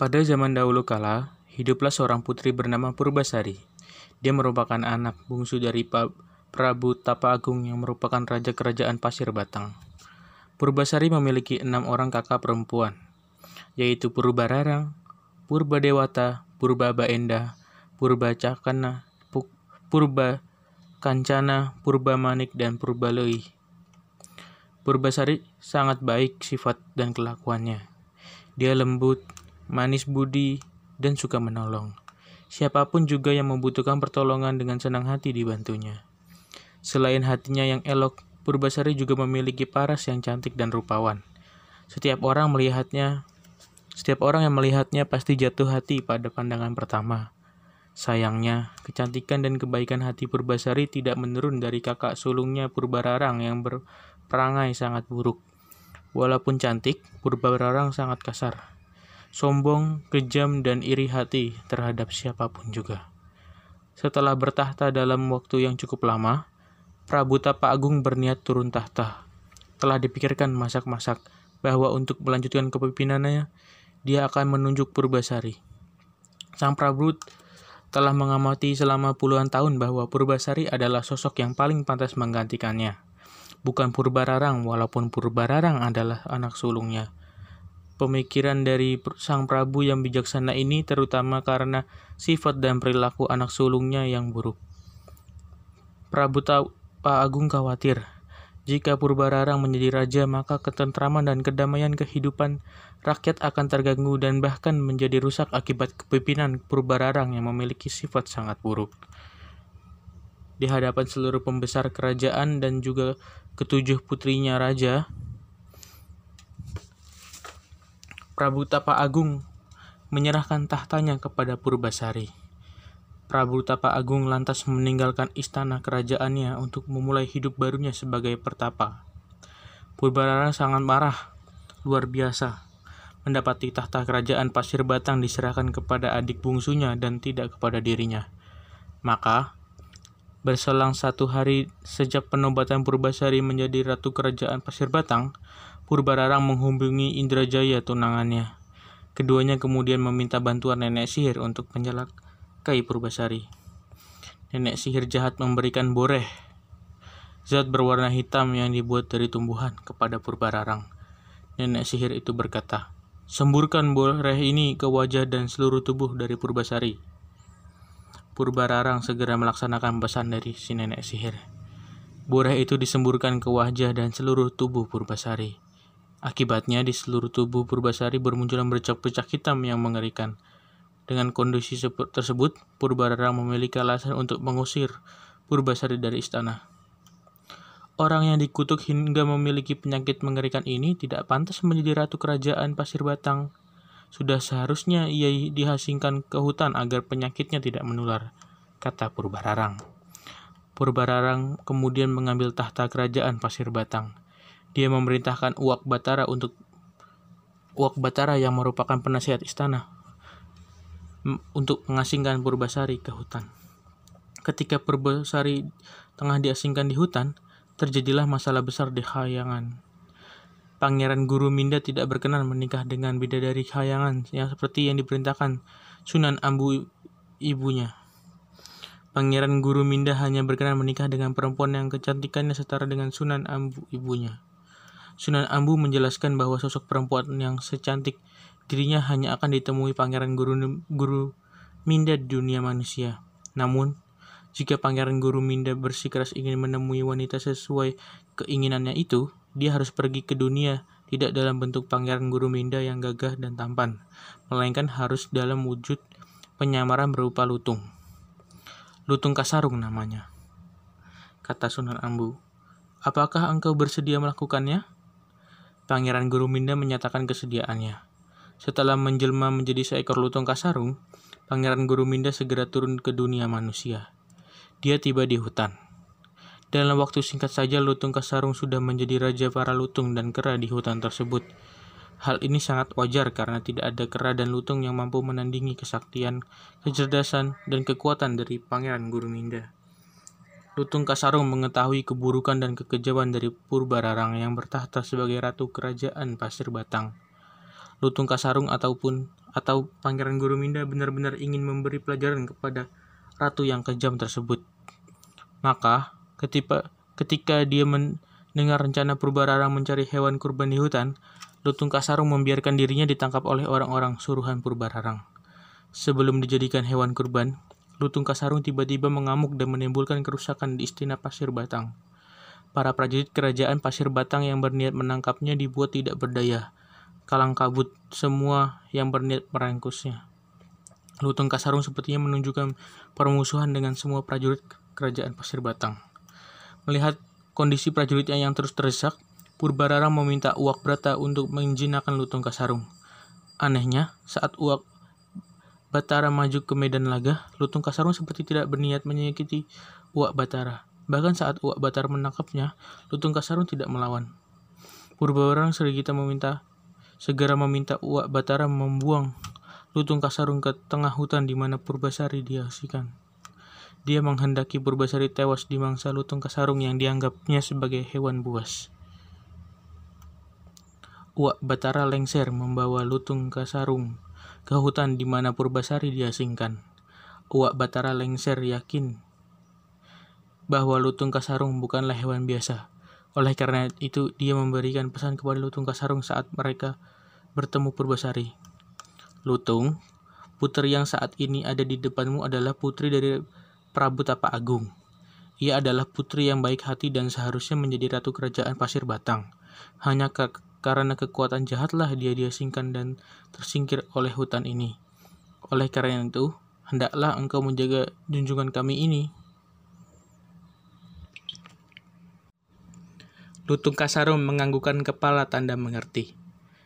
Pada zaman dahulu kala, hiduplah seorang putri bernama Purbasari. Dia merupakan anak bungsu dari Prabu Tapa Agung yang merupakan raja kerajaan Pasir Batang. Purbasari memiliki 6 orang kakak perempuan, yaitu Purbararang, Purbadewata, Purbabaenda, Purbacakana, Purba Kancana, Purbamanik, dan Purbaloi. Purbasari sangat baik sifat dan kelakuannya. Dia lembut, manis budi, dan suka menolong. Siapapun juga yang membutuhkan pertolongan dengan senang hati dibantunya. Selain hatinya yang elok, Purbasari juga memiliki paras yang cantik dan rupawan. Setiap orang yang melihatnya pasti jatuh hati pada pandangan pertama. Sayangnya, kecantikan dan kebaikan hati Purbasari tidak menurun dari kakak sulungnya Purbararang yang berperangai sangat buruk. Walaupun cantik, Purbararang sangat kasar, sombong, kejam, dan iri hati terhadap siapapun juga. Setelah bertahta dalam waktu yang cukup lama, Prabu Tapa Agung berniat turun tahta. Telah dipikirkan masak-masak bahwa untuk melanjutkan kepemimpinannya, dia akan menunjuk Purbasari. Sang Prabu telah mengamati selama puluhan tahun bahwa Purbasari adalah sosok yang paling pantas menggantikannya. Bukan Purbararang, walaupun Purbararang adalah anak sulungnya. Pemikiran dari sang Prabu yang bijaksana ini terutama karena sifat dan perilaku anak sulungnya yang buruk. Prabu Tapa Agung khawatir, jika Purbararang menjadi raja maka ketentraman dan kedamaian kehidupan rakyat akan terganggu dan bahkan menjadi rusak akibat kepemimpinan Purbararang yang memiliki sifat sangat buruk. Di hadapan seluruh pembesar kerajaan dan juga ketujuh putrinya raja, Prabu Tapa Agung menyerahkan tahtanya kepada Purbasari. Prabu Tapa Agung lantas meninggalkan istana kerajaannya untuk memulai hidup barunya sebagai pertapa. Purbararang sangat marah, luar biasa, mendapati tahta kerajaan Pasir Batang diserahkan kepada adik bungsunya dan tidak kepada dirinya. Maka, berselang 1 hari sejak penobatan Purbasari menjadi ratu kerajaan Pasir Batang, Purbararang menghubungi Indrajaya tunangannya. Keduanya kemudian meminta bantuan nenek sihir untuk mencelakai Purbasari. Nenek sihir jahat memberikan boreh, zat berwarna hitam yang dibuat dari tumbuhan, kepada Purbararang. Nenek sihir itu berkata, "Semburkan boreh ini ke wajah dan seluruh tubuh dari Purbasari." Purbararang segera melaksanakan pesan dari si nenek sihir. Boreh itu disemburkan ke wajah dan seluruh tubuh Purbasari. Akibatnya di seluruh tubuh Purbasari bermunculan bercak-bercak hitam yang mengerikan. Dengan kondisi tersebut, Purbararang memiliki alasan untuk mengusir Purbasari dari istana. Orang yang dikutuk hingga memiliki penyakit mengerikan ini tidak pantas menjadi ratu kerajaan Pasir Batang. Sudah seharusnya ia diasingkan ke hutan agar penyakitnya tidak menular, kata Purbararang. Purbararang kemudian mengambil tahta kerajaan Pasir Batang. Dia memerintahkan Uwak Batara yang merupakan penasihat istana untuk mengasingkan Purbasari ke hutan. Ketika Purbasari tengah diasingkan di hutan, terjadilah masalah besar di Khayangan. Pangeran Guruminda tidak berkenan menikah dengan bidadari Khayangan yang seperti yang diperintahkan Sunan Ambu ibunya. Pangeran Guruminda hanya berkenan menikah dengan perempuan yang kecantikannya setara dengan Sunan Ambu ibunya. Sunan Ambu menjelaskan bahwa sosok perempuan yang secantik dirinya hanya akan ditemui Pangeran Guruminda di dunia manusia. Namun, jika Pangeran Guruminda bersikeras ingin menemui wanita sesuai keinginannya itu, dia harus pergi ke dunia tidak dalam bentuk Pangeran Guruminda yang gagah dan tampan, melainkan harus dalam wujud penyamaran berupa lutung. Lutung Kasarung namanya, kata Sunan Ambu. Apakah engkau bersedia melakukannya? Pangeran Guruminda menyatakan kesediaannya. Setelah menjelma menjadi seekor lutung kasarung, Pangeran Guruminda segera turun ke dunia manusia. Dia tiba di hutan. Dalam waktu singkat saja lutung kasarung sudah menjadi raja para lutung dan kera di hutan tersebut. Hal ini sangat wajar karena tidak ada kera dan lutung yang mampu menandingi kesaktian, kecerdasan, dan kekuatan dari Pangeran Guruminda. Lutung Kasarung mengetahui keburukan dan kekejaman dari Purbararang yang bertahta sebagai ratu kerajaan Pasir Batang. Lutung Kasarung ataupun atau Pangeran Goruminda benar-benar ingin memberi pelajaran kepada ratu yang kejam tersebut. Maka, ketika dia mendengar rencana Purbararang mencari hewan kurban di hutan, Lutung Kasarung membiarkan dirinya ditangkap oleh orang-orang suruhan Purbararang. Sebelum dijadikan hewan kurban, Lutung Kasarung tiba-tiba mengamuk dan menimbulkan kerusakan di istana Pasir Batang. Para prajurit kerajaan Pasir Batang yang berniat menangkapnya dibuat tidak berdaya. Kalang kabut semua yang berniat merangkusnya. Lutung Kasarung sepertinya menunjukkan permusuhan dengan semua prajurit kerajaan Pasir Batang. Melihat kondisi prajuritnya yang terus terdesak, Purbararang meminta Uwak Brata untuk menjinakkan Lutung Kasarung. Anehnya, saat Uwak Batara maju ke medan laga, Lutung Kasarung seperti tidak berniat menyakiti Uwak Batara. Bahkan saat Uwak Batara menangkapnya, Lutung Kasarung tidak melawan. Purbararang segera meminta Uwak Batara membuang Lutung Kasarung ke tengah hutan di mana Purbasari diaksikan. Dia menghendaki Purbasari tewas di mangsa Lutung Kasarung yang dianggapnya sebagai hewan buas. Uwak Batara lengser membawa Lutung Kasarung ke hutan di mana Purbasari diasingkan. Uwak Batara lengser yakin bahwa Lutung Kasarung bukanlah hewan biasa. Oleh karena itu, dia memberikan pesan kepada Lutung Kasarung saat mereka bertemu Purbasari. Lutung, putri yang saat ini ada di depanmu adalah putri dari Prabu Tapa Agung. Ia adalah putri yang baik hati dan seharusnya menjadi ratu kerajaan Pasir Batang. Hanya karena kekuatan jahatlah dia diasingkan dan tersingkir oleh hutan ini. Oleh karena itu, hendaklah engkau menjaga junjungan kami ini. Lutung Kasarung menganggukkan kepala tanda mengerti.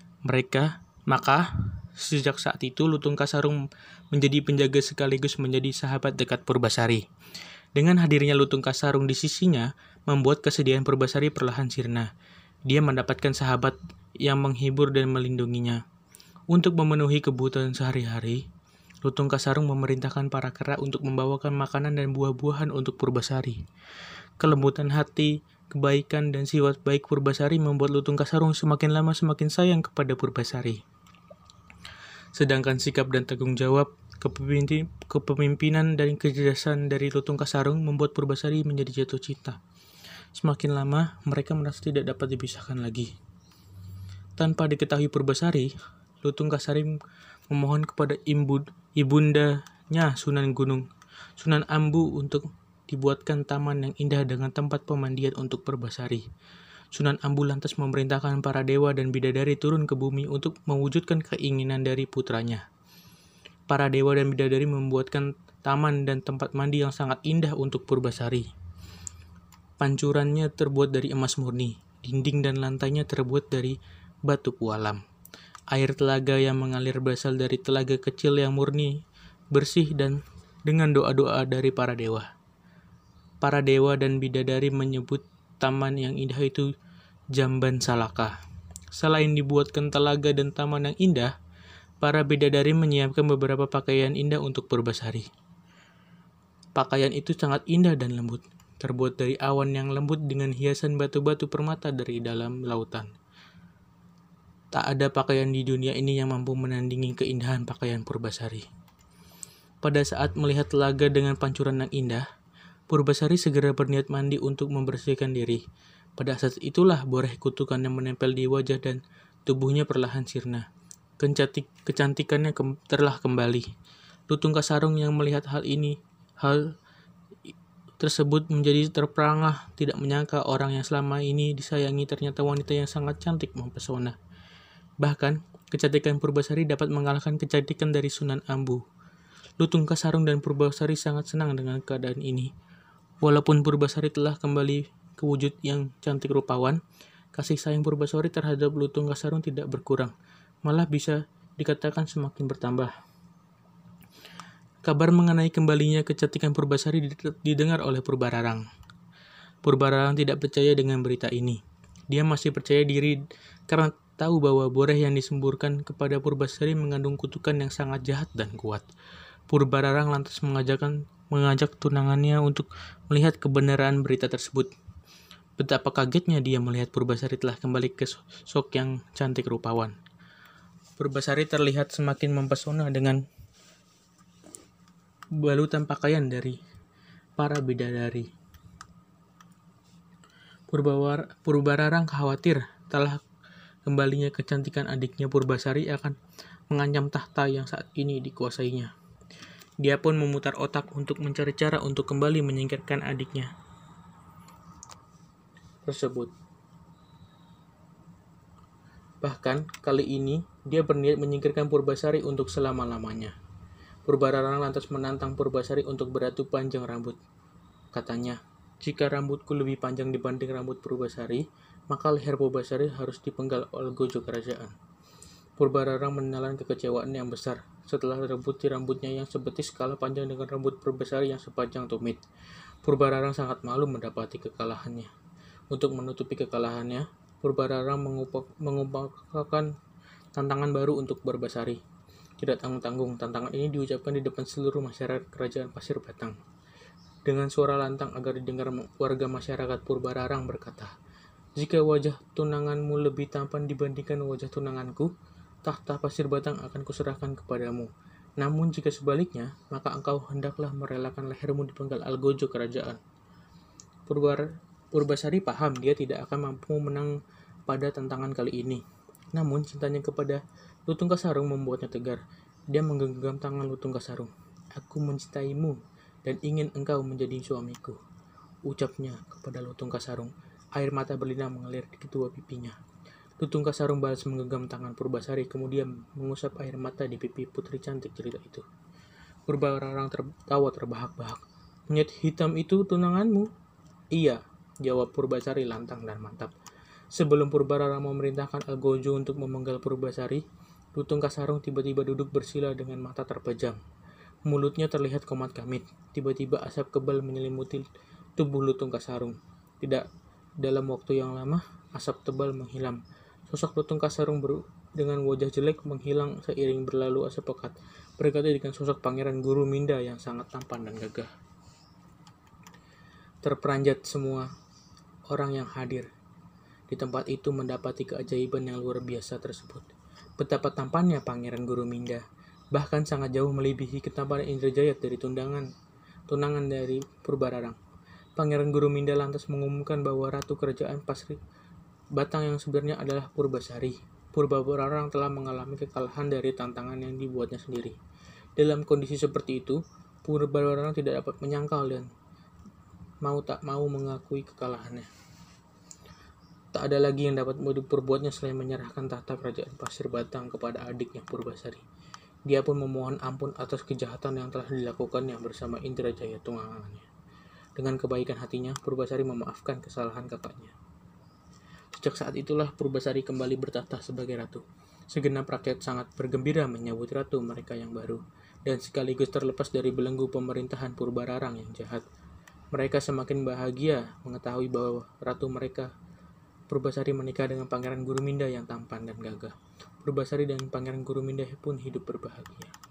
Maka, sejak saat itu Lutung Kasarung menjadi penjaga sekaligus menjadi sahabat dekat Purbasari. Dengan hadirnya Lutung Kasarung di sisinya, membuat kesedihan Purbasari perlahan sirna. Dia mendapatkan sahabat yang menghibur dan melindunginya. Untuk memenuhi kebutuhan sehari-hari, Lutung Kasarung memerintahkan para kera untuk membawakan makanan dan buah-buahan untuk Purbasari. Kelembutan hati, kebaikan, dan sifat baik Purbasari membuat Lutung Kasarung semakin lama semakin sayang kepada Purbasari. Sedangkan sikap dan tanggung jawab, kepemimpinan dan kecerdasan dari Lutung Kasarung membuat Purbasari menjadi jatuh cinta. Semakin lama, mereka merasa tidak dapat dipisahkan lagi. Tanpa diketahui Purbasari, Lutung Kasarung memohon kepada ibundanya Sunan Ambu untuk dibuatkan taman yang indah dengan tempat pemandian untuk Purbasari. Sunan Ambu lantas memerintahkan para dewa dan bidadari turun ke bumi untuk mewujudkan keinginan dari putranya. Para dewa dan bidadari membuatkan taman dan tempat mandi yang sangat indah untuk Purbasari. Pancurannya terbuat dari emas murni, dinding dan lantainya terbuat dari batu pualam. Air telaga yang mengalir berasal dari telaga kecil yang murni, bersih dan dengan doa-doa dari para dewa. Para dewa dan bidadari menyebut taman yang indah itu Jamban Salaka. Selain dibuatkan telaga dan taman yang indah, para bidadari menyiapkan beberapa pakaian indah untuk Purbasari. Pakaian itu sangat indah dan lembut, terbuat dari awan yang lembut dengan hiasan batu-batu permata dari dalam lautan. Tak ada pakaian di dunia ini yang mampu menandingi keindahan pakaian Purbasari. Pada saat melihat telaga dengan pancuran yang indah, Purbasari segera berniat mandi untuk membersihkan diri. Pada saat itulah boreh kutukan yang menempel di wajah dan tubuhnya perlahan sirna. Kecantikannya telah kembali. Lutung Kasarung yang melihat hal tersebut menjadi terperangah, tidak menyangka orang yang selama ini disayangi ternyata wanita yang sangat cantik mempesona. Bahkan, kecantikan Purbasari dapat mengalahkan kecantikan dari Sunan Ambu. Lutung Kasarung dan Purbasari sangat senang dengan keadaan ini. Walaupun Purbasari telah kembali ke wujud yang cantik rupawan, kasih sayang Purbasari terhadap Lutung Kasarung tidak berkurang, malah bisa dikatakan semakin bertambah. Kabar mengenai kembalinya kecantikan Purbasari didengar oleh Purbararang. Purbararang tidak percaya dengan berita ini. Dia masih percaya diri karena tahu bahwa boreh yang disemburkan kepada Purbasari mengandung kutukan yang sangat jahat dan kuat. Purbararang lantas mengajak tunangannya untuk melihat kebenaran berita tersebut. Betapa kagetnya dia melihat Purbasari telah kembali ke sosok yang cantik rupawan. Purbasari terlihat semakin mempesona dengan balutan pakaian dari para bidadari. Purbararang khawatir telah kembalinya kecantikan adiknya Purbasari akan mengancam tahta yang saat ini dikuasainya. Dia pun memutar otak untuk mencari cara untuk kembali menyingkirkan adiknya tersebut. Bahkan kali ini dia berniat menyingkirkan Purbasari untuk selama-lamanya. Purbararang lantas menantang Purbasari untuk beratu panjang rambut. Katanya, jika rambutku lebih panjang dibanding rambut Purbasari, maka leher Purbasari harus dipenggal oleh gojo kerajaan. Purbararang menelan kekecewaan yang besar setelah rebuti rambutnya yang sebetis kalah panjang dengan rambut Purbasari yang sepanjang tumit. Purbararang sangat malu mendapati kekalahannya. Untuk menutupi kekalahannya, Purbararang mengumpulkan tantangan baru untuk Purbasari. Tidak tanggung-tanggung, tantangan ini diucapkan di depan seluruh masyarakat kerajaan Pasir Batang. Dengan suara lantang agar didengar warga masyarakat, Purbararang berkata, "Jika wajah tunanganmu lebih tampan dibandingkan wajah tunanganku, tahta Pasir Batang akan kuserahkan kepadamu. Namun jika sebaliknya, maka engkau hendaklah merelakan lehermu dipenggal algojo kerajaan." Purbasari paham dia tidak akan mampu menang pada tantangan kali ini. Namun cintanya kepada Lutung Kasarung membuatnya tegar. Dia menggenggam tangan Lutung Kasarung. "Aku mencintaimu dan ingin engkau menjadi suamiku," ucapnya kepada Lutung Kasarung. Air mata berlinang mengalir di kedua pipinya. Lutung Kasarung balas menggenggam tangan Purbasari, kemudian mengusap air mata di pipi putri cantik jelita itu. Purbararang tertawa terbahak-bahak. "Monyet hitam itu tunanganmu?" "Iya," jawab Purbasari lantang dan mantap. Sebelum Purbararang memerintahkan Algojo untuk memenggal Purbasari, Lutung Kasarung tiba-tiba duduk bersila dengan mata terpejam. Mulutnya terlihat komat-kamit. Tiba-tiba asap kebal menyelimuti tubuh Lutung Kasarung. Tidak dalam waktu yang lama, asap tebal menghilang. Sosok Lutung Kasarung dengan wajah jelek menghilang seiring berlalu asap pekat, berganti dengan sosok Pangeran Guruminda yang sangat tampan dan gagah. Terperanjat semua orang yang hadir di tempat itu mendapati keajaiban yang luar biasa tersebut. Betapa tampannya Pangeran Guruminda, bahkan sangat jauh melebihi ketampanan Indrajayat dari tunangan dari Purbararang. Pangeran Guruminda lantas mengumumkan bahwa ratu kerajaan Pasir Batang yang sebenarnya adalah Purbasari. Purbararang telah mengalami kekalahan dari tantangan yang dibuatnya sendiri. Dalam kondisi seperti itu, Purbararang tidak dapat menyangkal dan tak mau mengakui kekalahannya. Tak ada lagi yang dapat diperbuatnya selain menyerahkan tahta kerajaan Pasir Batang kepada adiknya Purbasari. Dia pun memohon ampun atas kejahatan yang telah dilakukannya bersama Indrajaya tunangannya. Dengan kebaikan hatinya, Purbasari memaafkan kesalahan kakaknya. Sejak saat itulah Purbasari kembali bertahta sebagai ratu. Segenap rakyat sangat bergembira menyambut ratu mereka yang baru, dan sekaligus terlepas dari belenggu pemerintahan Purbararang yang jahat. Mereka semakin bahagia mengetahui bahwa ratu mereka Purbasari menikah dengan Pangeran Guruminda yang tampan dan gagah. Purbasari dan Pangeran Guruminda pun hidup berbahagia.